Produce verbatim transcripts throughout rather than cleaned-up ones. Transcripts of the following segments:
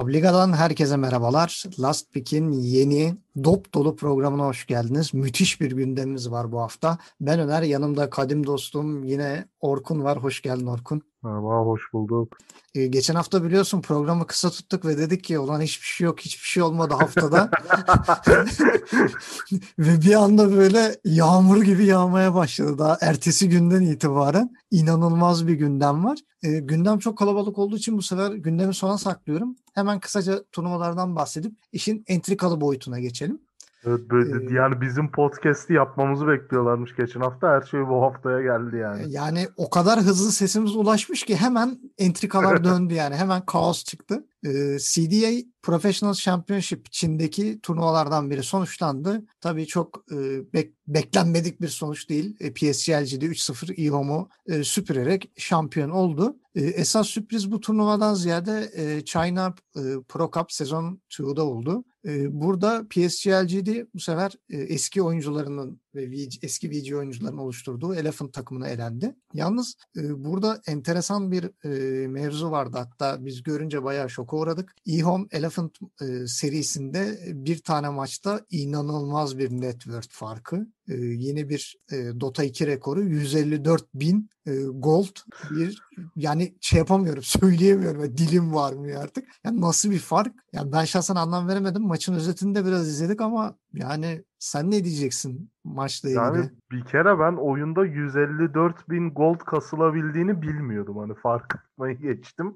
Obliga'dan herkese merhabalar. Last Pick'in yeni dop dolu programına hoş geldiniz. Müthiş bir gündemimiz var bu hafta. Ben Öner, yanımda kadim dostum yine Orkun var. Hoş geldin Orkun. Merhaba, hoş bulduk. Ee, geçen hafta biliyorsun programı kısa tuttuk ve dedik ki olan hiçbir şey yok, hiçbir şey olmadı haftada. Ve bir anda böyle yağmur gibi yağmaya başladı daha ertesi günden itibaren. İnanılmaz bir gündem var. Ee, gündem çok kalabalık olduğu için bu sefer gündemi sona saklıyorum. Hemen kısaca turnuvalardan bahsedip işin entrikalı boyutuna geçelim. Evet, böyle, Ee, yani bizim podcast'i yapmamızı bekliyorlarmış geçen hafta. Her şey bu haftaya geldi yani. Yani o kadar hızlı sesimiz ulaşmış ki hemen entrikalar döndü yani. Hemen kaos çıktı. Ee, C D A Professional Championship Çin'deki turnuvalardan biri sonuçlandı. Tabii çok e, bek- beklenmedik bir sonuç değil. E, P S G L G'de üç sıfır İHOM'u e, süpürerek şampiyon oldu. E, esas sürpriz bu turnuvadan ziyade e, China e, Pro Cup sezon iki'da oldu. E, burada P S G L G'de bu sefer e, eski oyuncularının ve V G, eski V G oyuncuların oluşturduğu Elephant takımına elendi. Yalnız e, burada enteresan bir e, mevzu vardı. Hatta biz görünce bayağı şoka uğradık. İHOM Elephant e, serisinde bir tane maçta inanılmaz bir net worth farkı. E, yeni bir e, Dota iki rekoru yüz elli dört bin e, gold bir, yani şey yapamıyorum, söyleyemiyorum, dilim varmıyor artık. Yani nasıl bir fark? Yani ben şahsen anlam veremedim. Maçın özetini de biraz izledik ama yani sen ne diyeceksin maçla Yani ilgili? bir kere ben oyunda yüz elli dört bin gold kasılabildiğini bilmiyordum. Hani fark etmeyi geçtim.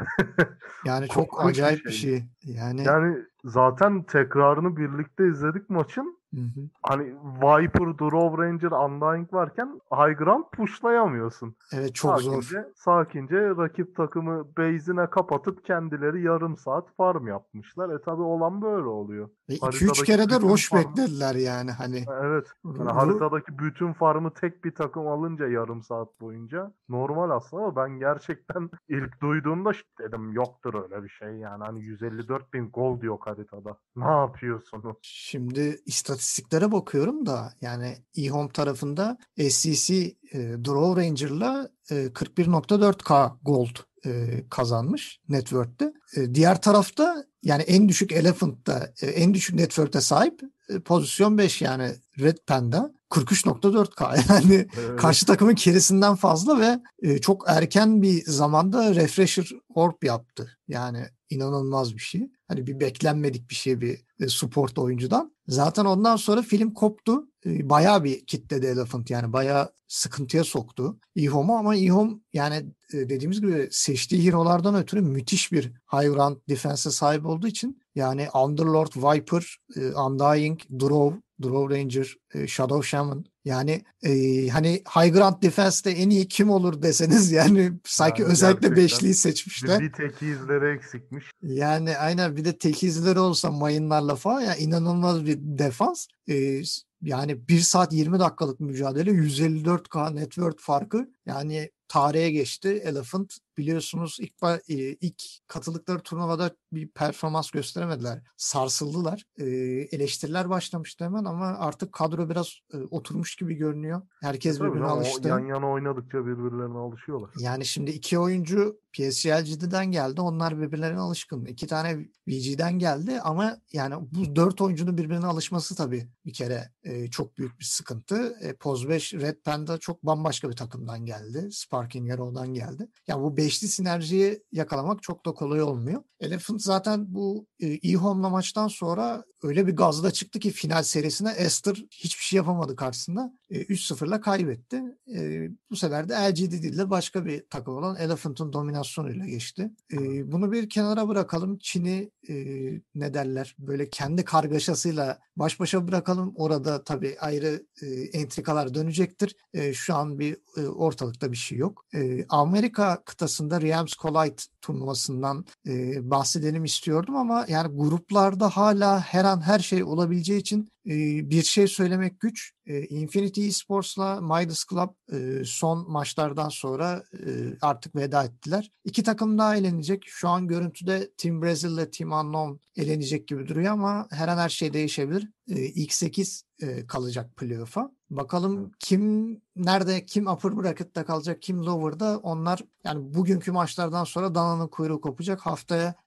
Yani çok Korkunç bir acayip bir şey. şey. Yani Yani zaten tekrarını birlikte izledik maçın. hı hı. Hani Viper, Draw Ranger, Undying varken High Ground pushlayamıyorsun. Evet, çok zor. Sakince, sakince rakip takımı base'ine kapatıp kendileri yarım saat farm yapmışlar. E tabi olan böyle oluyor. Ve iki üç Haritadaki kere de bütün roş farm... beklediler yani hani. Evet. Hani Ru- haritadaki bütün farmı tek bir takım alınca yarım saat boyunca normal aslında, ama ben gerçekten ilk duyduğumda şit dedim, yoktur öyle bir şey yani. Hani yüz elli dört bin gold yok haritada. Ne yapıyorsunuz? Şimdi istatistiklere bakıyorum da yani eHome tarafında S C C e, Draw Ranger'la e, kırk bir nokta dört K gold e, kazanmış network'te. E, diğer tarafta yani en düşük Elephant'ta e, en düşük network'e sahip e, pozisyon beş yani Red Panda kırk üç nokta dört K yani Evet. karşı takımın kerisinden fazla ve e, çok erken bir zamanda refresher orb yaptı. Yani inanılmaz bir şey. Hani bir beklenmedik bir şey bir e, support oyuncudan. Zaten ondan sonra film koptu. E, bayağı bir kitledi Elephant, yani bayağı sıkıntıya soktu İHOM'u, ama İHOM yani e, dediğimiz gibi seçtiği hero'lardan ötürü müthiş bir high round defense'e sahip olduğu için yani Underlord, Viper, e, Undying, Draw, Draw Ranger, e, Shadow Shaman, yani e, hani High Ground Defense'de en iyi kim olur deseniz yani sanki Yani özellikle gerçekten beşliyi bir, seçmişler. bir tek izleri eksikmiş. Yani aynen, bir de tekizleri olsa mayınlarla falan ya, inanılmaz bir defans. Ee, yani bir saat yirmi dakikalık mücadele, yüz elli dört K network farkı, yani tarihe geçti. Elephant biliyorsunuz ilk, e, ilk katıldıkları turnuvada bir performans gösteremediler. Sarsıldılar. Ee, eleştiriler başlamıştı hemen ama artık kadro biraz e, oturmuş gibi görünüyor. E Herkes tabii birbirine canım, o yan alıştı. yana oynadıkça birbirlerine alışıyorlar. Yani şimdi iki oyuncu P S G L G'den geldi. Onlar birbirlerine alışkın. İki tane V G'den geldi ama yani bu dört oyuncunun birbirine alışması tabii bir kere e, çok büyük bir sıkıntı. E, Poz beş Red Panda çok bambaşka bir takımdan geldi. Sparking Arrow'dan geldi. Yani bu beşli sinerjiyi yakalamak çok da kolay olmuyor. Elephant zaten bu e, İHOM'la maçtan sonra öyle bir gazla çıktı ki final serisine Esther hiçbir şey yapamadı karşısında. E, üç sıfırla kaybetti. E, bu sefer de L G D değil de başka bir takım olan Elephant'ın dominasyonuyla geçti. E, bunu bir kenara bırakalım. Çin'i e, ne derler, böyle kendi kargaşasıyla baş başa bırakalım. Orada tabii ayrı e, entrikalar dönecektir. E, şu an bir e, ortalıkta bir şey yok. E, Amerika kıtasında Rams Collide turnuvasından e, bahsedelim istiyordum ama yani gruplarda hala her an her şey olabileceği için e, bir şey söylemek güç. E, Infinity Esports'la Midas Club e, son maçlardan sonra e, artık veda ettiler. İki takım daha elenecek. Şu an görüntüde Team Brazil ile Team Unknown elenecek gibi duruyor ama her an her şey değişebilir. E, ilk sekiz e, kalacak playoff'a. Bakalım kim nerede, kim upper bracket'ta kalacak, kim lower'da, onlar yani bugünkü maçlardan sonra dananın kuyruğu kopacak. Haftaya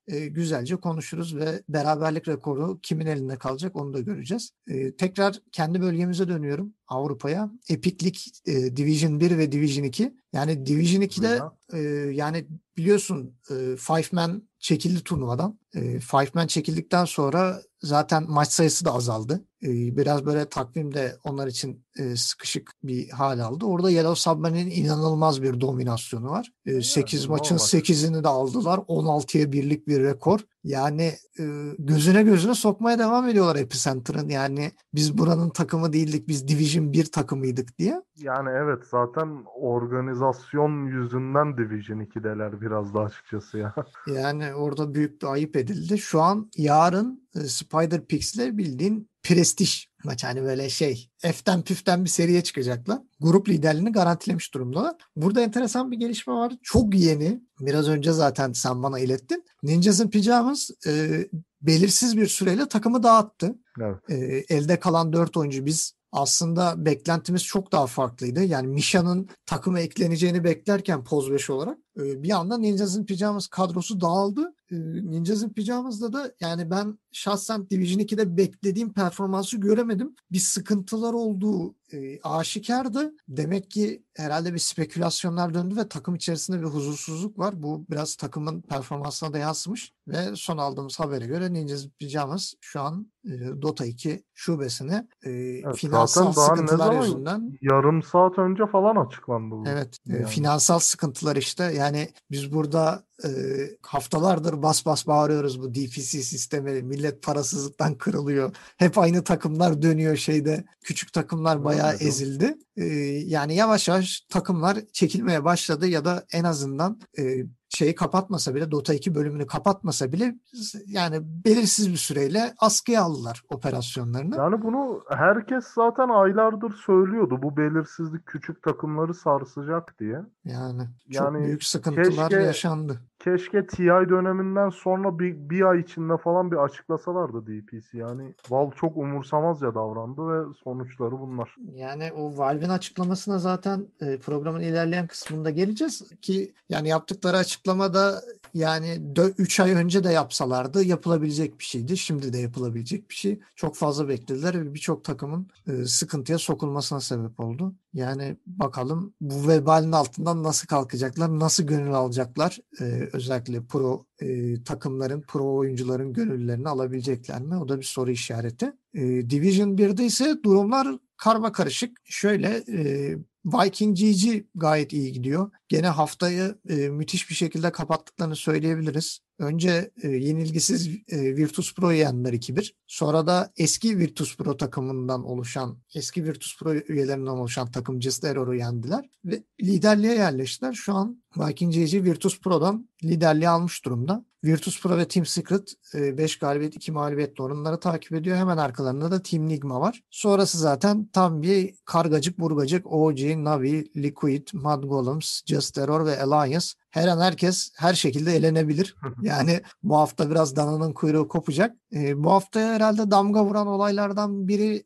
e, güzelce konuşuruz ve beraberlik rekoru kimin elinde kalacak onu da göreceğiz. E, tekrar kendi bölgemize dönüyorum, Avrupa'ya. Epic League e, Division bir ve Division iki. Yani Division ikide e, yani biliyorsun e, Five Man çekildi turnuvadan. E, Five Man çekildikten sonra zaten maç sayısı da azaldı. E, biraz böyle takvimde onlar için e, sıkışık bir hal aldı. Orada Yellow Submarine'in inanılmaz bir dominasyonu var. E, sekiz Yani, maçın normal. sekizini de aldılar. on altıya birlik bir rekor. Yani e, gözüne gözüne sokmaya devam ediyorlar Epicenter'ın. Yani biz buranın takımı değildik, biz Division bir takımıydık diye. Yani evet, zaten organizasyon yüzünden Division ikideler biraz da açıkçası ya. Yani orada büyük bir ayıp edildi. Şu an yarın e, Spider Pigs'le bildiğin prestij maç, hani böyle şey eften püften bir seriye çıkacaklar. Grup liderliğini garantilemiş durumdalar. Burada enteresan bir gelişme var. Çok yeni. Biraz önce zaten sen bana ilettin. Ninjas in Pyjamas e, belirsiz bir süreyle takımı dağıttı. Evet. E, elde kalan dört oyuncu, biz aslında beklentimiz çok daha farklıydı. Yani Misha'nın takıma ekleneceğini beklerken Poz beş olarak e, bir anda Ninjas in Pyjamas kadrosu dağıldı. E, Ninjas in Pyjamas'da da yani ben şahsen Division ikide beklediğim performansı göremedim. Bir sıkıntılar olduğu e, aşikardı. Demek ki herhalde bir spekülasyonlar döndü ve takım içerisinde bir huzursuzluk var. Bu biraz takımın performansına da yansımış ve son aldığımız habere göre Ninjas in Pyjamas şu an e, Dota iki şubesine e, Evet, finansal zaten daha ne sıkıntılar zaman, yüzünden, yarım saat önce falan açıklandı bu. evet, e, Yani. finansal sıkıntılar işte. Yani biz burada e, haftalardır bas bas bağırıyoruz, bu D P C sistemi millet parasızlıktan kırılıyor. Hep aynı takımlar dönüyor şeyde. Küçük takımlar bayağı Öyle canım. ezildi. E, yani yavaş yavaş takımlar çekilmeye başladı ya da en azından e, şeyi kapatmasa bile, Dota iki bölümünü kapatmasa bile yani belirsiz bir süreyle askıya aldılar operasyonlarını. Yani bunu herkes zaten aylardır söylüyordu. Bu belirsizlik küçük takımları sarsacak diye. Yani çok Yani büyük sıkıntılar keşke yaşandı. keşke T I döneminden sonra bir, bir ay içinde falan bir açıklasalardı D P C. Yani Valve çok umursamazca davrandı ve sonuçları bunlar. Yani o Valve'in açıklamasına zaten e, programın ilerleyen kısmında geleceğiz ki yani yaptıkları açıklamada yani üç ay önce de yapsalardı yapılabilecek bir şeydi. Şimdi de yapılabilecek bir şey. Çok fazla beklediler ve birçok takımın e, sıkıntıya sokulmasına sebep oldu. Yani bakalım bu vebalin altından nasıl kalkacaklar, nasıl gönül alacaklar, e, özellikle pro e, takımların, pro oyuncuların gönüllerini alabilecekler mi? O da bir soru işareti. E, Division birde ise durumlar karma karışık. Şöyle e, Viking G G gayet iyi gidiyor. Gene haftayı e, müthiş bir şekilde kapattıklarını söyleyebiliriz. Önce e, yenilgisiz e, Virtus Pro'yu yendiler iki bir. Sonra da eski Virtus Pro takımından oluşan, eski Virtus Pro üyelerinden oluşan takım Just Error'u yendiler ve liderliğe yerleştiler. Şu an Viking G G Virtus Pro'dan liderliği almış durumda. Virtus Pro ve Team Secret beş galibiyet iki mağlubiyetle onları takip ediyor. Hemen arkalarında da Team Nigma var. Sonrası zaten tam bir kargacık burgacık. O G, Navi, Liquid, Mad Golems, Just Error ve Alliance. Her an herkes her şekilde elenebilir. Yani bu hafta biraz dananın kuyruğu kopacak. E, bu hafta herhalde damga vuran olaylardan biri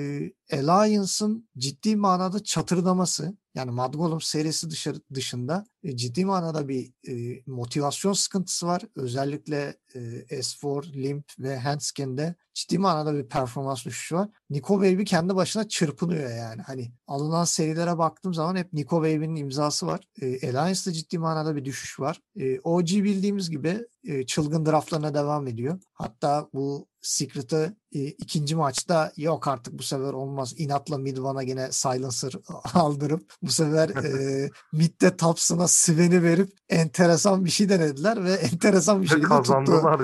e, Alliance'ın ciddi manada çatırdaması. Yani Mad Golems serisi dışarı, dışında e, ciddi manada bir e, motivasyon sıkıntısı var. Özellikle e, S dört, Limp ve Handscan'de ciddi manada bir performans düşüşü var. Nico Baby kendi başına çırpınıyor yani. Hani alınan serilere baktığım zaman hep Nico Baby'nin imzası var. E, Alliance'da ciddi manada bir düşüş var. E, O G bildiğimiz gibi e, çılgın draftlarına devam ediyor. Hatta bu Secret'ı e, ikinci maçta yok artık bu sefer olmaz, İnatla mid one'a yine Silencer aldırıp bu sefer e, midde Taps'ına Sven'i verip enteresan bir şey denediler ve enteresan bir Ve şekilde tuttu. kazandılar.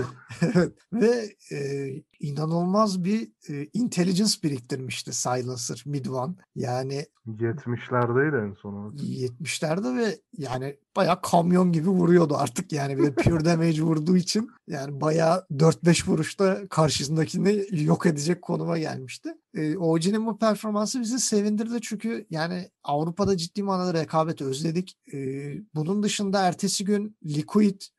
Ve e, inanılmaz bir e, intelligence biriktirmişti Silencer mid one. Yani yetmişlerdeydi en sonu. yetmişlerde ve yani bayağı kamyon gibi vuruyordu artık, yani bir de pure damage vurduğu için yani bayağı dört beş vuruşta karşısındakini yok edecek konuma gelmişti. E, O G'nin bu performansı bizi sevindirdi çünkü yani Avrupa'da ciddi manada rekabeti özledik. E, bunun dışında ertesi gün Liquid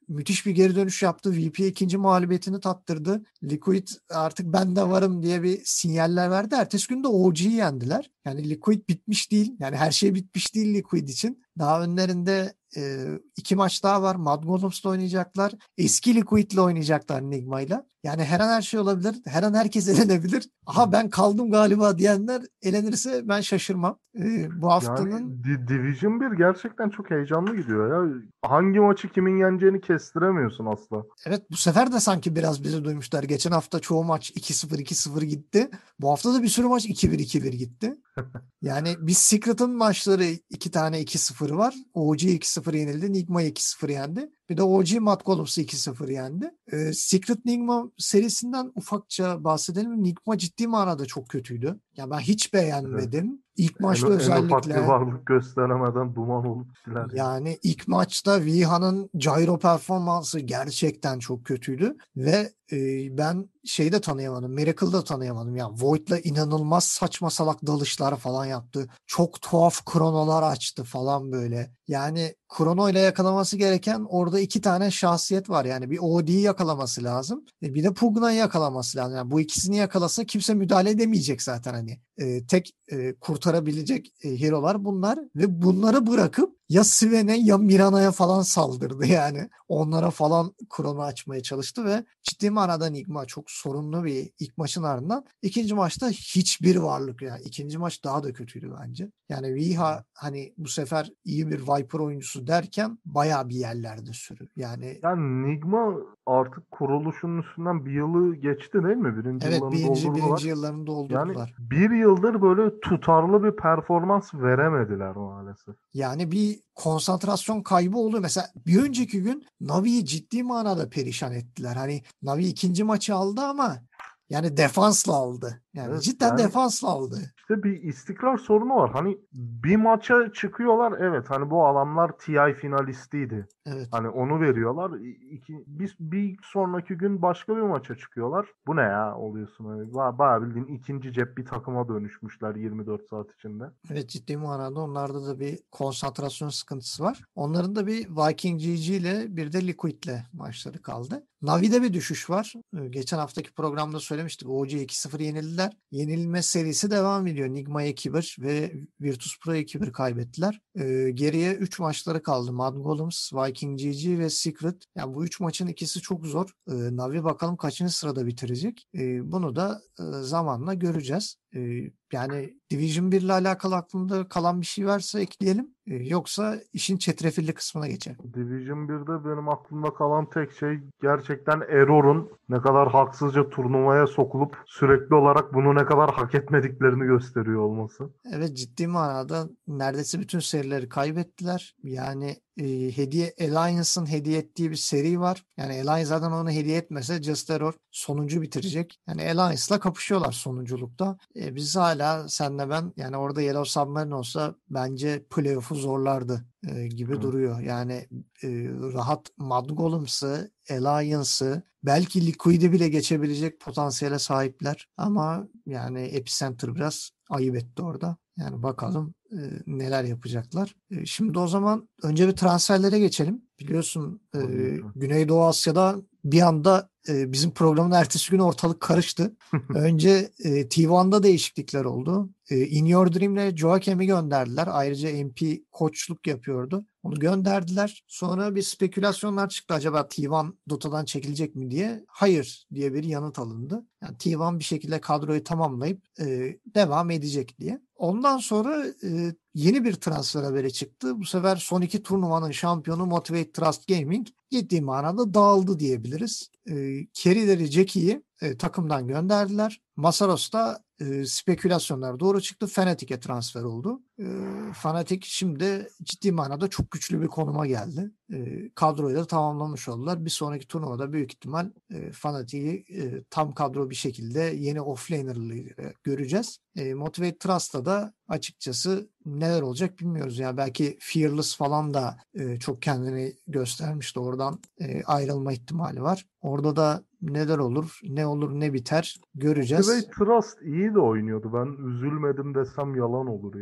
müthiş bir geri dönüş yaptı. V P'ye ikinci mağlubiyetini tattırdı. Liquid artık ben de varım diye bir sinyaller verdi. Ertesi gün de O G'yi yendiler. Yani Liquid bitmiş değil. Yani her şey bitmiş değil Liquid için. Daha önlerinde e, iki maç daha var. Mad Golems'la oynayacaklar. Eski Liquid'le oynayacaklar Nigma'yla. Yani her an her şey olabilir. Her an herkes elenebilir. Aha ben kaldım galiba diyenler elenirse ben şaşırmam. E, bu haftanın Yani Di- Division bir gerçekten çok heyecanlı gidiyor ya. Hangi maçı kimin yeneceğini kestiremiyorsun asla. evet bu sefer de sanki biraz bizi duymuşlar. Geçen hafta çoğu maç iki sıfır iki sıfır gitti. Bu hafta da bir sürü maç iki bir iki bir gitti. Yani biz Secret'ın maçları iki tane iki sıfır var. O G iki sıfır yenildi. Nigma iki sıfır yendi. Bir de O G Mad Golems'ı iki sıfır yendi. Ee, Secret Nigma serisinden ufakça bahsedelim. Nigma ciddi manada çok kötüydü. Ya ben hiç Evet. beğenmedim. İlk En, maçta en ufak bir özellikle varlık gösteremeden duman olup gittiler ya. yani ilk maçta Viha'nın gyro performansı gerçekten çok kötüydü ve e, ben şeyi de tanıyamadım. Miracle'da tanıyamadım. Yani Void'la inanılmaz saçma salak dalışlar falan yaptı. Çok tuhaf kronolar açtı falan böyle. Yani krono ile yakalaması gereken orada iki tane şahsiyet var. Yani bir O D'yi yakalaması lazım. E, bir de Pugna'yı yakalaması lazım. Yani bu ikisini yakalasa kimse müdahale edemeyecek zaten hani. E, tek e, kurtarabilecek e, hero'lar bunlar ve bunları bırakıp ya Sven'e ya Mirana'ya falan saldırdı yani. Onlara falan krono açmaya çalıştı ve ciddi manada Nigma çok sorunlu bir ilk maçın ardından ikinci maçta hiçbir varlık yani. İkinci maç daha da kötüydü bence. Yani Viha hani bu sefer iyi bir Viper oyuncusu derken bayağı bir yerlerde sürü. Yani Yani Nigma artık kuruluşunun üstünden bir yılı geçti değil mi? Birinci evet yıllarını birinci, doldurdular. birinci yıllarını Yani doldurdular. bir yıldır böyle tutarlı bir performans veremediler maalesef. Yani bir konsantrasyon kaybı oluyor. Mesela bir önceki gün Navi'yi ciddi manada perişan ettiler. Hani Navi ikinci maçı aldı ama yani defansla aldı. Yani Evet cidden yani defansla aldı. işte bir istikrar sorunu var. Hani bir maça çıkıyorlar, evet, hani bu adamlar T I finalistiydi. Evet. Hani onu veriyorlar. İ- İki, bir, bir sonraki gün başka bir maça çıkıyorlar. Bu ne ya oluyorsun öyle. Ba- Bayağı bildiğin ikinci cep bir takıma dönüşmüşler yirmi dört saat içinde. Evet ciddi manada onlarda da bir konsantrasyon sıkıntısı var. Onların da bir Viking G G ile bir de Liquid'le maçları kaldı. Navi'de bir düşüş var. Ee, Geçen haftaki programda söylemiştik. O G iki sıfır yenildiler. Yenilme serisi devam ediyor. Nigma iki bir ve Virtus Pro iki bir kaybettiler. Ee, geriye üç maçları kaldı. Mad Golems, Viking G G ve Secret. Yani bu üç maçın ikisi çok zor. Ee, Navi bakalım kaçıncı sırada bitirecek. Ee, bunu da e, zamanla göreceğiz. Ee, yani Division bir ile alakalı aklımda kalan bir şey varsa ekleyelim. Ee, yoksa işin çetrefilli kısmına geçelim. Division birde benim aklımda kalan tek şey gerçekten Error'un ne kadar haksızca turnuvaya sokulup sürekli olarak bunu ne kadar hak etmediklerini gösteriyor olması. Evet ciddi manada neredeyse bütün serileri kaybettiler. Yani e, hediye Alliance'ın hediye ettiği bir seri var. Yani Alliance zaten onu hediye etmese Just Error sonuncu bitirecek. Yani Alliance'la kapışıyorlar sonunculukta. E, biz hala senle ben yani orada Yellow Submarine olsa bence playoff'u zorlardı e, gibi Hı. duruyor. Yani e, rahat Mad Golems'ı, Alliance'ı belki Liquid'i bile geçebilecek potansiyele sahipler. Ama yani Epicenter biraz ayıp etti orada. Yani bakalım e, neler yapacaklar. E, şimdi o zaman önce bir transferlere geçelim. Biliyorsun e, Tabii ki. Güneydoğu Asya'da bir anda e, bizim programın ertesi günü ortalık karıştı. Önce e, T bir'de değişiklikler oldu. E, In Your Dream'le Joakim'i gönderdiler. Ayrıca M P koçluk yapıyordu. Onu gönderdiler. Sonra bir spekülasyonlar çıktı. Acaba T bir Dota'dan çekilecek mi diye. Hayır diye bir yanıt alındı. Yani T bir bir şekilde kadroyu tamamlayıp e, devam edecek diye. Ondan sonra e, yeni bir transfer haberi çıktı. Bu sefer son iki turnuvanın şampiyonu Motivate Trust Gaming ciddi manada dağıldı diyebiliriz. E, Carry'leri Jackie'yi e, takımdan gönderdiler. Masaros da e, spekülasyonlar doğru çıktı. Fnatic'e transfer oldu. E, Fnatic şimdi ciddi manada çok güçlü bir konuma geldi. E, kadroyu da tamamlamış oldular. Bir sonraki turnuvada büyük ihtimal e, Fnatic'i e, tam kadro bir şekilde yeni offlaner'ları göreceğiz. E, Motivate Trust'ta da açıkçası neler olacak bilmiyoruz. Yani belki Fearless falan da e, çok kendini göstermişti. Oradan e, ayrılma ihtimali var. Orada da neler olur, ne olur, ne biter göreceğiz. Motivate Trust iyi de oynuyordu. Ben üzülmedim desem yalan olur yani.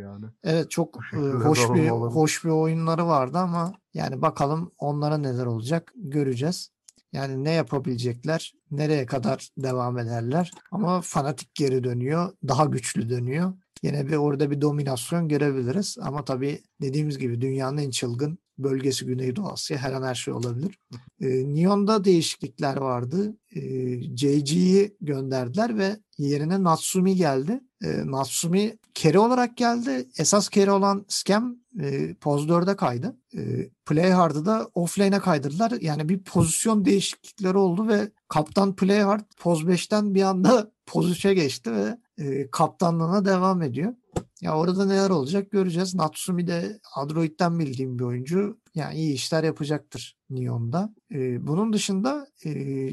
Evet, çok Bu e, şekilde hoş bir savunmaları. hoş bir oyunları vardı ama yani bakalım onlara neler olacak göreceğiz. Yani ne yapabilecekler, nereye kadar devam ederler. Ama Fnatic geri dönüyor, daha güçlü dönüyor. Yine bir orada bir dominasyon görebiliriz. Ama tabii dediğimiz gibi dünyanın en çılgın bölgesi Güneydoğu Asya. Her an her şey olabilir. E, Neon'da değişiklikler vardı. E, J G'yi gönderdiler ve yerine Natsumi geldi. E, Natsumi carry olarak geldi. Esas carry olan Scam e, Poz dörde kaydı. E, Playhard'ı da offlane'e kaydırdılar. Yani bir pozisyon değişiklikleri oldu ve Kaptan Playhard Poz beşten bir anda Poz üçe geçti ve e, kaptanlığına devam ediyor. Ya orada neler olacak göreceğiz. Natsumi de Android'den bildiğim bir oyuncu. Yani iyi işler yapacaktır Neon'da. Ee, bunun dışında e,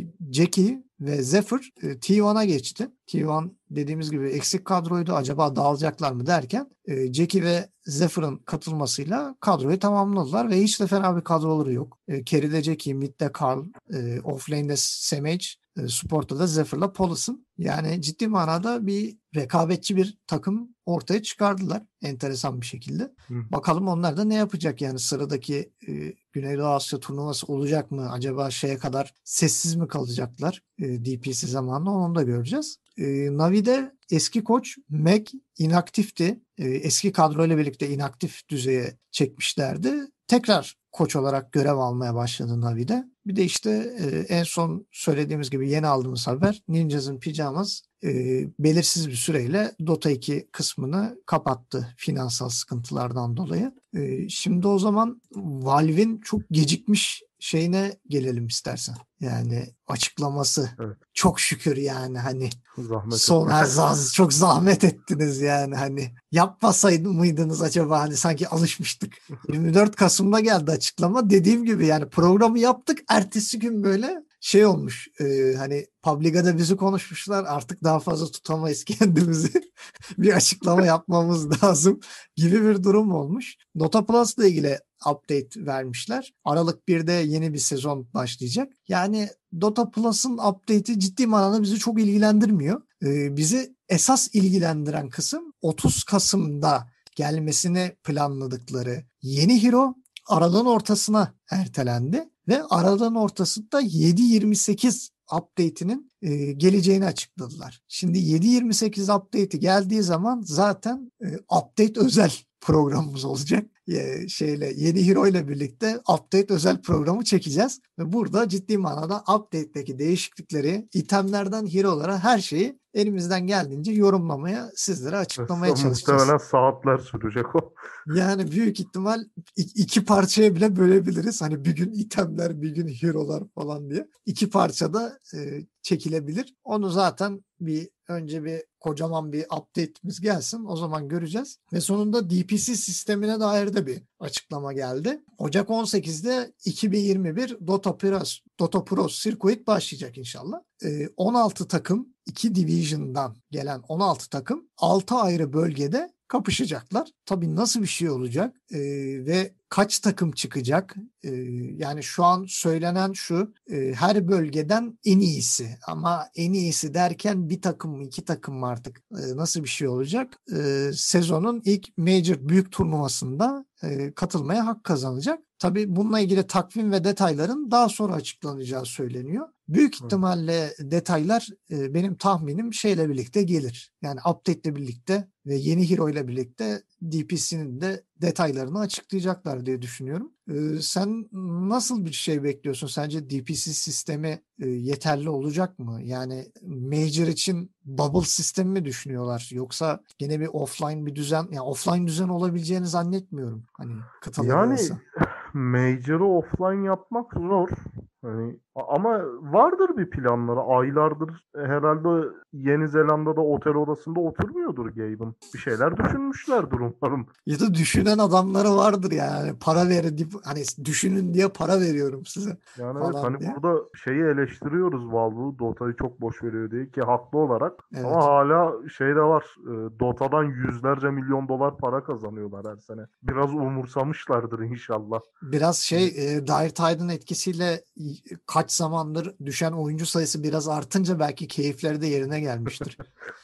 Jackie ve Zephyr e, T bir'e geçti. T bir dediğimiz gibi eksik kadroydu. Acaba dağılacaklar mı derken e, Jackie ve Zephyr'ın katılmasıyla kadroyu tamamladılar ve hiç de fena bir kadroları yok. E, Carry'de Jackie, mid'de Karl, e, offlane'de Semage, e, support'ta da Zephyr'la Polis'in. Yani ciddi manada bir rekabetçi bir takım ortaya çıkardılar enteresan bir şekilde. Hı. Bakalım onlar da ne yapacak yani sıradaki e, Güneydoğu Asya turnuvası olacak mı? Acaba şeye kadar sessiz mi kalacaklar e, D P C zamanında onu da göreceğiz. E, Navi'de eski koç Meg inaktifti. E, eski kadroyla birlikte inaktif düzeye çekmişlerdi. Tekrar koç olarak görev almaya başladı Navi'de. Bir de işte e, en son söylediğimiz gibi yeni aldığımız haber Ninjas in Pyjamas e, belirsiz bir süreyle Dota iki kısmını kapattı finansal sıkıntılardan dolayı. E, şimdi o zaman Valve'in çok gecikmiş şeyine gelelim istersen. Yani açıklaması. Evet. Çok şükür yani hani Zahmet son etme. her zaz çok zahmet ettiniz yani hani yapmasaydı mıydınız acaba hani sanki alışmıştık. yirmi dört Kasım'da geldi açıklama. Dediğim gibi yani programı yaptık. Ertesi gün böyle şey olmuş. E, hani Publica'da bizi konuşmuşlar. Artık daha fazla tutamayız kendimizi. Bir açıklama yapmamız lazım gibi bir durum olmuş. Dota Plus'la ilgili update vermişler. Aralık birde yeni bir sezon başlayacak. Yani Dota Plus'ın update'i ciddi manada bizi çok ilgilendirmiyor. Ee, bizi esas ilgilendiren kısım otuz Kasım'da gelmesini planladıkları yeni hero aralığın ortasına ertelendi ve aralığın ortasında yedi yirmi sekiz update'inin e, geleceğini açıkladılar. Şimdi yedi yirmi sekiz update'i geldiği zaman zaten e, update özel programımız olacak. E, şeyle yeni hero ile birlikte update özel programı çekeceğiz ve burada ciddi manada update'deki değişiklikleri, itemlerden hero'lara her şeyi elimizden geldiğince yorumlamaya, sizlere açıklamaya çalışacağız. Muhtemelen saatler sürecek o. Yani büyük ihtimal iki parçaya bile bölebiliriz. Hani bir gün itemler, bir gün hero'lar falan diye. İki parçada e, çekilebilir. Onu zaten bir önce bir kocaman bir update'imiz gelsin. O zaman göreceğiz. Ve sonunda D P C sistemine dair de bir açıklama geldi. Ocak on sekizde iki bin yirmi bir Dota Pro, Dota Pro Circuit başlayacak inşallah. E, on altı takım, iki division'dan gelen on altı takım altı ayrı bölgede kapışacaklar. Tabii nasıl bir şey olacak ee, ve kaç takım çıkacak? Ee, yani şu an söylenen şu, e, her bölgeden en iyisi ama en iyisi derken bir takım mı iki takım mı artık e, nasıl bir şey olacak? E, sezonun ilk major büyük turnuvasında e, katılmaya hak kazanacak. Tabii bununla ilgili takvim ve detayların daha sonra açıklanacağı söyleniyor. Büyük ihtimalle detaylar e, benim tahminim şeyle birlikte gelir. Yani update ile birlikte ve yeni hero ile birlikte D P C'nin de detaylarını açıklayacaklar diye düşünüyorum. E, sen nasıl bir şey bekliyorsun? Sence D P C sistemi e, yeterli olacak mı? Yani Major için bubble sistemi mi düşünüyorlar? Yoksa gene bir offline bir düzen, yani offline düzen olabileceğini zannetmiyorum. Hani kıtalar Yani arası. Major'ı offline yapmak zor. Hani ama vardır bir planları. Aylardır herhalde Yeni Zelanda'da otel odasında oturmuyordur Gabe'ın. Bir şeyler düşünmüşlerdir umarım. Ya da düşünen adamları vardır yani. Para verin deyip, hani düşünün diye para veriyorum size Yani evet, falan hani diye. burada şeyi eleştiriyoruz, Valve'u Dota'yı çok boş veriyor diye, ki haklı olarak. Evet. Ama hala şey de var. e, Dota'dan yüzlerce milyon dolar para kazanıyorlar her sene. Biraz umursamışlardır inşallah. Biraz şey e, Dire Tide'ın etkisiyle kaç zamandır düşen oyuncu sayısı biraz artınca belki keyifleri de yerine gelmiştir.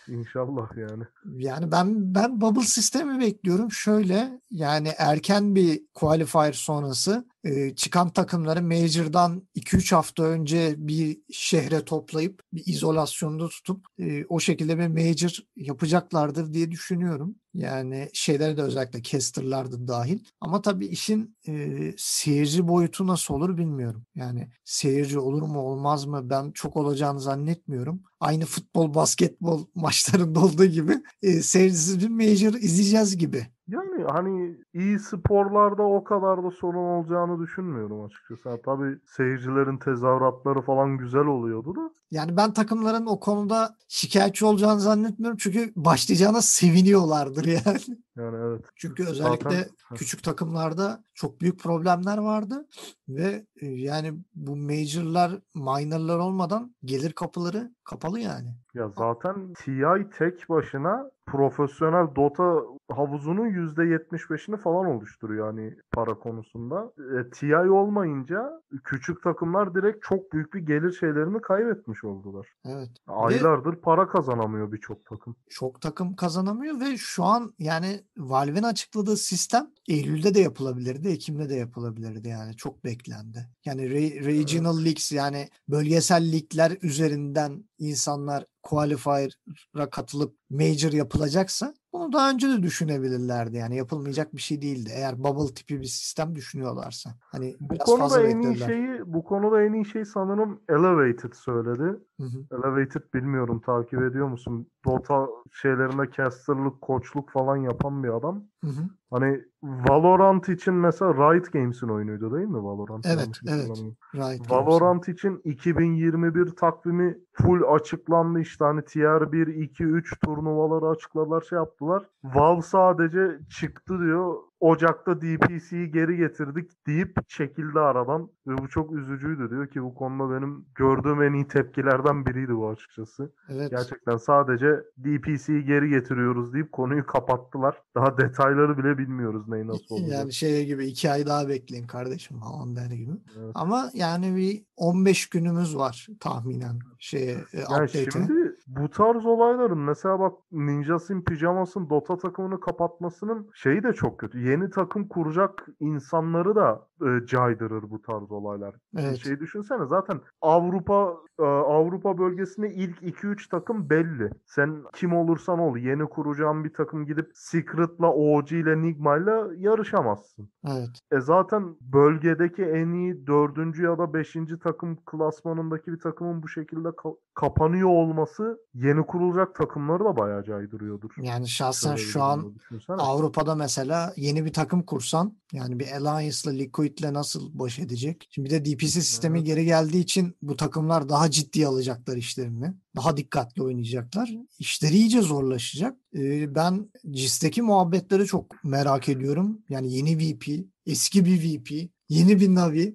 İnşallah yani. Yani ben ben bubble sistemi bekliyorum. Şöyle yani erken bir qualifier sonrası e, çıkan takımları Major'dan iki üç hafta önce bir şehre toplayıp bir izolasyonda tutup e, o şekilde bir Major yapacaklardır diye düşünüyorum. Yani şeyleri de özellikle casterlar da dahil. Ama tabii işin e, seyirci boyutu nasıl olur bilmiyorum. Yani seyirci olur mu olmaz mı ben çok olacağını zannetmiyorum. Aynı futbol, basketbol maçlarında olduğu gibi e, seyircisiz bir major izleyeceğiz gibi. Yani hani iyi sporlarda o kadar da sorun olacağını düşünmüyorum açıkçası. Yani tabii seyircilerin tezahüratları falan güzel oluyordu da. Yani ben takımların o konuda şikayetçi olacağını zannetmiyorum. Çünkü başlayacağına seviniyorlardır yani. Yani evet. Çünkü özellikle Zaten küçük takımlarda çok büyük problemler vardı ve e, yani bu major'lar, minor'lar olmadan gelir kapıları kapalı yani. ya zaten T I tek başına profesyonel Dota havuzunun yüzde yetmiş beşini falan oluşturuyor yani para konusunda. E, T I olmayınca küçük takımlar direkt çok büyük bir gelir şeylerini kaybetmiş oldular. Evet. Ve Aylardır para kazanamıyor birçok takım. çok takım kazanamıyor ve şu an yani Valve'in açıkladığı sistem Eylül'de de yapılabilirdi, Ekim'de de yapılabilirdi yani çok beklendi. Yani re- regional leagues yani bölgesel ligler üzerinden insanlar qualifier'a katılıp major yapılacaksa bunu daha önce de düşünebilirlerdi yani yapılmayacak bir şey değildi. Eğer bubble tipi bir sistem düşünüyorlarsa. Hani Bu biraz konuda fazla en iyi beklediler. şeyi bu konuda en iyi şey sanırım Elevated söyledi. Hı hı. Elevated bilmiyorum takip ediyor musun? Dota şeylerinde casterlık, koçluk falan yapan bir adam. Hı hı. Hani Valorant için mesela Riot Games'in oyunuydu değil mi Valorant? Evet, Yanlış evet. hatırlamıyorum. Riot Games'in. Valorant için iki bin yirmi bir takvimi full açıklandı. İşte hani Tier bir, iki, üç turnuvaları açıkladılar, şey yaptılar. Valve sadece çıktı diyor. Ocak'ta D P C'yi geri getirdik deyip çekildi aradan. Ve bu çok üzücüydü diyor ki bu konuda benim gördüğüm en iyi tepkilerden biriydi bu açıkçası. Evet. Gerçekten sadece D P C'yi geri getiriyoruz deyip konuyu kapattılar. Daha detayları bile bilmiyoruz neyi nasıl olacak. Yani şey gibi iki ay daha bekleyin kardeşim falan der gibi. Evet. Ama yani bir on beş günümüz var tahminen şeye e, Yani update'e. şimdi bu tarz olayların mesela bak Ninjas'ın Pyjamas'ın Dota takımını kapatmasının şeyi de çok kötü. Yeni takım kuracak insanları da e, caydırır bu tarz olaylar. Şimdi Evet. şeyi düşünsene zaten Avrupa e, Avrupa bölgesinde ilk iki üç takım belli. Sen kim olursan ol yeni kuracağın bir takım gidip Secret'la O G ile Nigma'yla yarışamazsın. Evet. E zaten bölgedeki en iyi dördüncü ya da beşinci takım klasmanındaki bir takımın bu şekilde ka- kapanıyor olması yeni kurulacak takımları da bayağı caydırıyordur. Yani şahsen Şöyle bir şu an durumda düşünsene. Avrupa'da mesela yeni bir takım kursan yani bir Alliance'la Liquid'le nasıl baş edecek? Şimdi bir de D P C sistemi Evet. geri geldiği için bu takımlar daha ciddi alacaklar işlerini. Daha dikkatli oynayacaklar. İşleri iyice zorlaşacak. Ee, ben C I S'teki muhabbetleri çok merak ediyorum. Yani yeni V P, eski bir V P, yeni bir Navi.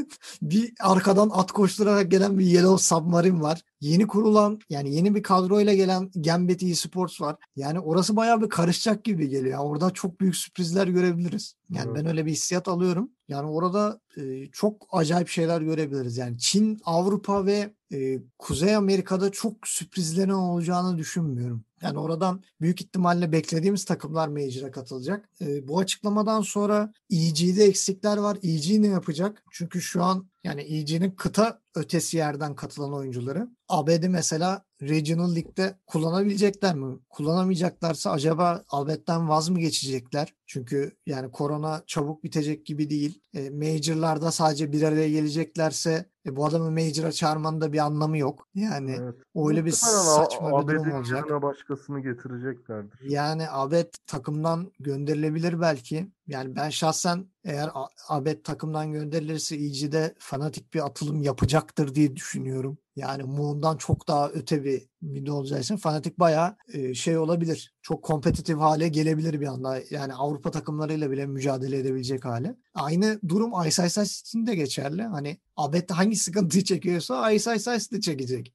Bir arkadan at koşturarak gelen bir Yellow Submarine var. Yeni kurulan yani yeni bir kadroyla gelen Gambit eSports var. Yani orası bayağı bir karışacak gibi geliyor. Yani orada çok büyük sürprizler görebiliriz. Yani Evet. ben öyle bir hissiyat alıyorum. Yani orada e, çok acayip şeyler görebiliriz. Yani Çin, Avrupa ve e, Kuzey Amerika'da çok sürprizlerin olacağını düşünmüyorum. Yani oradan büyük ihtimalle beklediğimiz takımlar Major'a katılacak. E, bu açıklamadan sonra E G'de eksikler var. E G ne yapacak? Çünkü şu an yani E G'nin kıta ötesi yerden katılan oyuncuları A B D mesela Regional League'de kullanabilecekler mi? Kullanamayacaklarsa acaba A B D'den vaz mı geçecekler? Çünkü yani korona çabuk bitecek gibi değil. E, Major'larda sadece bir araya geleceklerse e, bu adamı Major'a çağırmanın da bir anlamı yok. Yani Evet. öyle bir Muhtemelen saçma bir durum A B D'nin olacak. yerine başkasını getireceklerdir. Yani Abed takımdan gönderilebilir belki. Yani ben şahsen eğer A- Abed takımdan gönderilirse E G'de fanatik bir atılım yapacaktır diye düşünüyorum. Yani Moon'dan çok daha öte bir mid olacağı için fanatik bayağı e, şey olabilir. Çok kompetitif hale gelebilir bir anda. Yani Avrupa takımlarıyla bile mücadele edebilecek hale. Aynı durum Ice Ice Ice için de geçerli. Hani Abed hangi sıkıntıyı çekiyorsa Ice Ice Ice de çekecek.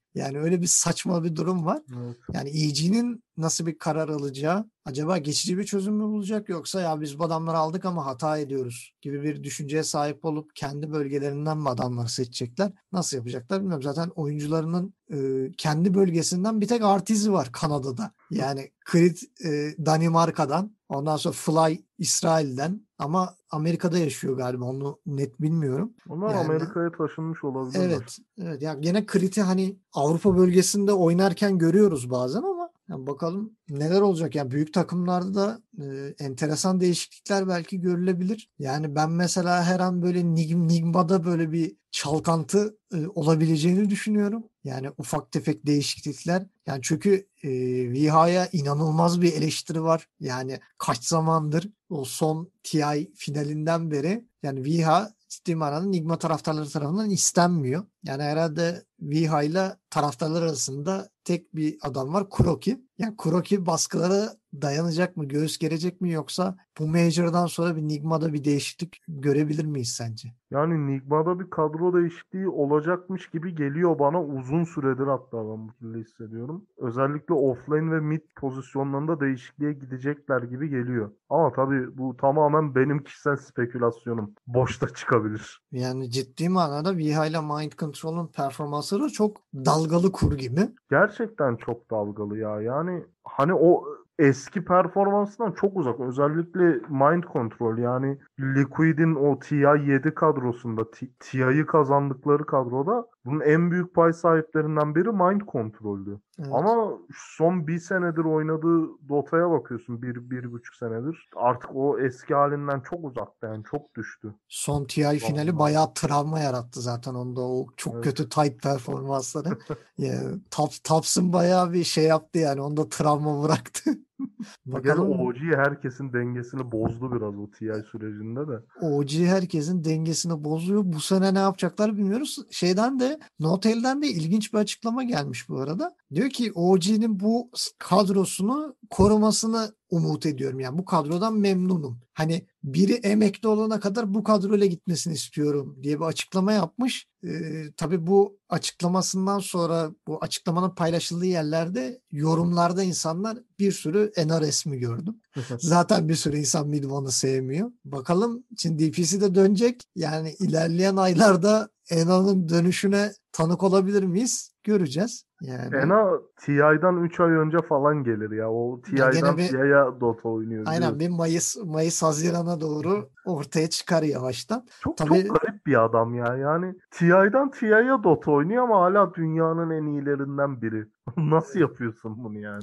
Yani öyle bir saçma bir durum var. Evet. Yani E G'nin nasıl bir karar alacağı, acaba geçici bir çözüm mü bulacak, yoksa ya biz bu adamları aldık ama hata ediyoruz gibi bir düşünceye sahip olup kendi bölgelerinden mi adamları seçecekler? Nasıl yapacaklar bilmiyorum. Zaten oyuncularının e, kendi bölgesinden bir tek Artiz'i var Kanada'da. Yani Creed e, Danimarka'dan, ondan sonra Fly İsrail'den, ama Amerika'da yaşıyor galiba, onu net bilmiyorum. Onlar Yani Amerika'ya taşınmış olabilirler. evet, evet. Ya gene Creed'i hani Avrupa bölgesinde oynarken görüyoruz bazen, ama yani bakalım neler olacak. Yani büyük takımlarda da e, enteresan değişiklikler belki görülebilir. Yani ben mesela her an böyle Nig- Nigma'da böyle bir çalkantı e, olabileceğini düşünüyorum. Yani ufak tefek değişiklikler. Yani çünkü e, Viha'ya inanılmaz bir eleştiri var. Yani kaç zamandır, o son T I finalinden beri, yani Viha ciddi manada Nigma taraftarları tarafından istenmiyor. Yani herhalde Viha ile taraftarlar arasında tek bir adam var, Kuroki. Yani Kuroki baskılara dayanacak mı, göğüs gerecek mi, yoksa bu Major'dan sonra bir Nigma'da bir değişiklik görebilir miyiz sence? Yani Nigma'da bir kadro değişikliği olacakmış gibi geliyor bana, uzun süredir hatta ben bu türlü hissediyorum. Özellikle offlane ve mid pozisyonlarında değişikliğe gidecekler gibi geliyor. Ama tabii bu tamamen benim kişisel spekülasyonum. Boşta çıkabilir. Yani ciddi manada Viha ile Mind Control'un performansları çok dalgalı kur gibi. Gerçekten çok dalgalı ya. Yani hani o eski performansından çok uzak. Özellikle Mind Control, yani Liquid'in o T I yedi kadrosunda, T- TI'yi kazandıkları kadroda bunun en büyük pay sahiplerinden biri Mind Control'dü. Evet. Ama son bir senedir oynadığı Dota'ya bakıyorsun, bir, bir buçuk senedir. Artık o eski halinden çok uzakta, yani çok düştü. Son T I finali Vallahi. bayağı travma yarattı zaten onda, o çok Evet. kötü tight performansları. Yani Top, Tops'un bayağı bir şey yaptı, yani onda travma bıraktı. Gerçi Bakalım, O G herkesin dengesini bozdu biraz o T I sürecinde de. O G herkesin dengesini bozuyor. Bu sene ne yapacaklar bilmiyoruz. Şeyden de, Notel'den de ilginç bir açıklama gelmiş bu arada. Diyor ki O G'nin bu kadrosunu korumasını umut ediyorum. Yani bu kadrodan memnunum. Hani biri emekli olana kadar bu kadroyla gitmesini istiyorum diye bir açıklama yapmış. Ee, tabii bu açıklamasından sonra, bu açıklamanın paylaşıldığı yerlerde, yorumlarda insanlar bir sürü Ena resmi gördüm. Zaten bir sürü insan Midvan'ı sevmiyor. Bakalım, şimdi D P C de dönecek. Yani ilerleyen aylarda Ena'nın dönüşüne tanık olabilir miyiz? Göreceğiz. Yani Ena T I'dan üç ay önce falan gelir ya. O ya gene T I'dan bir, T I'ye Dota oynuyor aynen biliyorsun. bir Mayıs Mayıs Haziran'a doğru ortaya çıkar yavaştan. Çok çok Tabii, garip bir adam ya. Yani T I'dan T I'ye Dota oynuyor ama hala dünyanın en iyilerinden biri. Nasıl yapıyorsun bunu yani?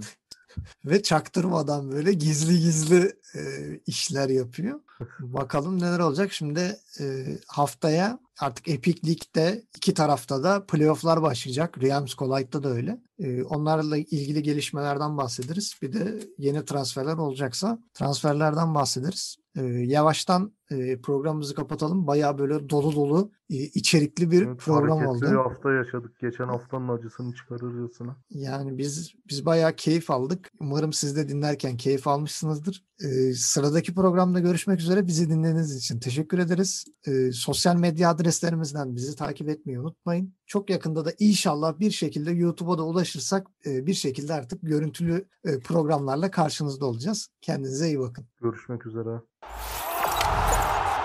ve çaktırmadan böyle gizli gizli e, işler yapıyor. Bakalım neler olacak. Şimdi e, haftaya artık Epic League'de iki tarafta da playoff'lar başlayacak. Realms Collide'da da öyle. E, onlarla ilgili gelişmelerden bahsederiz. Bir de yeni transferler olacaksa transferlerden bahsederiz. E, yavaştan e, programımızı kapatalım. Bayağı böyle dolu dolu e, içerikli bir Evet, program hareketli bir oldu. hafta yaşadık. Geçen haftanın acısını çıkarırcasına. Yani biz biz bayağı keyif aldık. Umarım siz de dinlerken keyif almışsınızdır. Ee, sıradaki programda görüşmek üzere. Bizi dinlediğiniz için teşekkür ederiz. Ee, sosyal medya adreslerimizden bizi takip etmeyi unutmayın. Çok yakında da inşallah bir şekilde YouTube'a da ulaşırsak e, bir şekilde artık görüntülü e, programlarla karşınızda olacağız. Kendinize iyi bakın. Görüşmek üzere.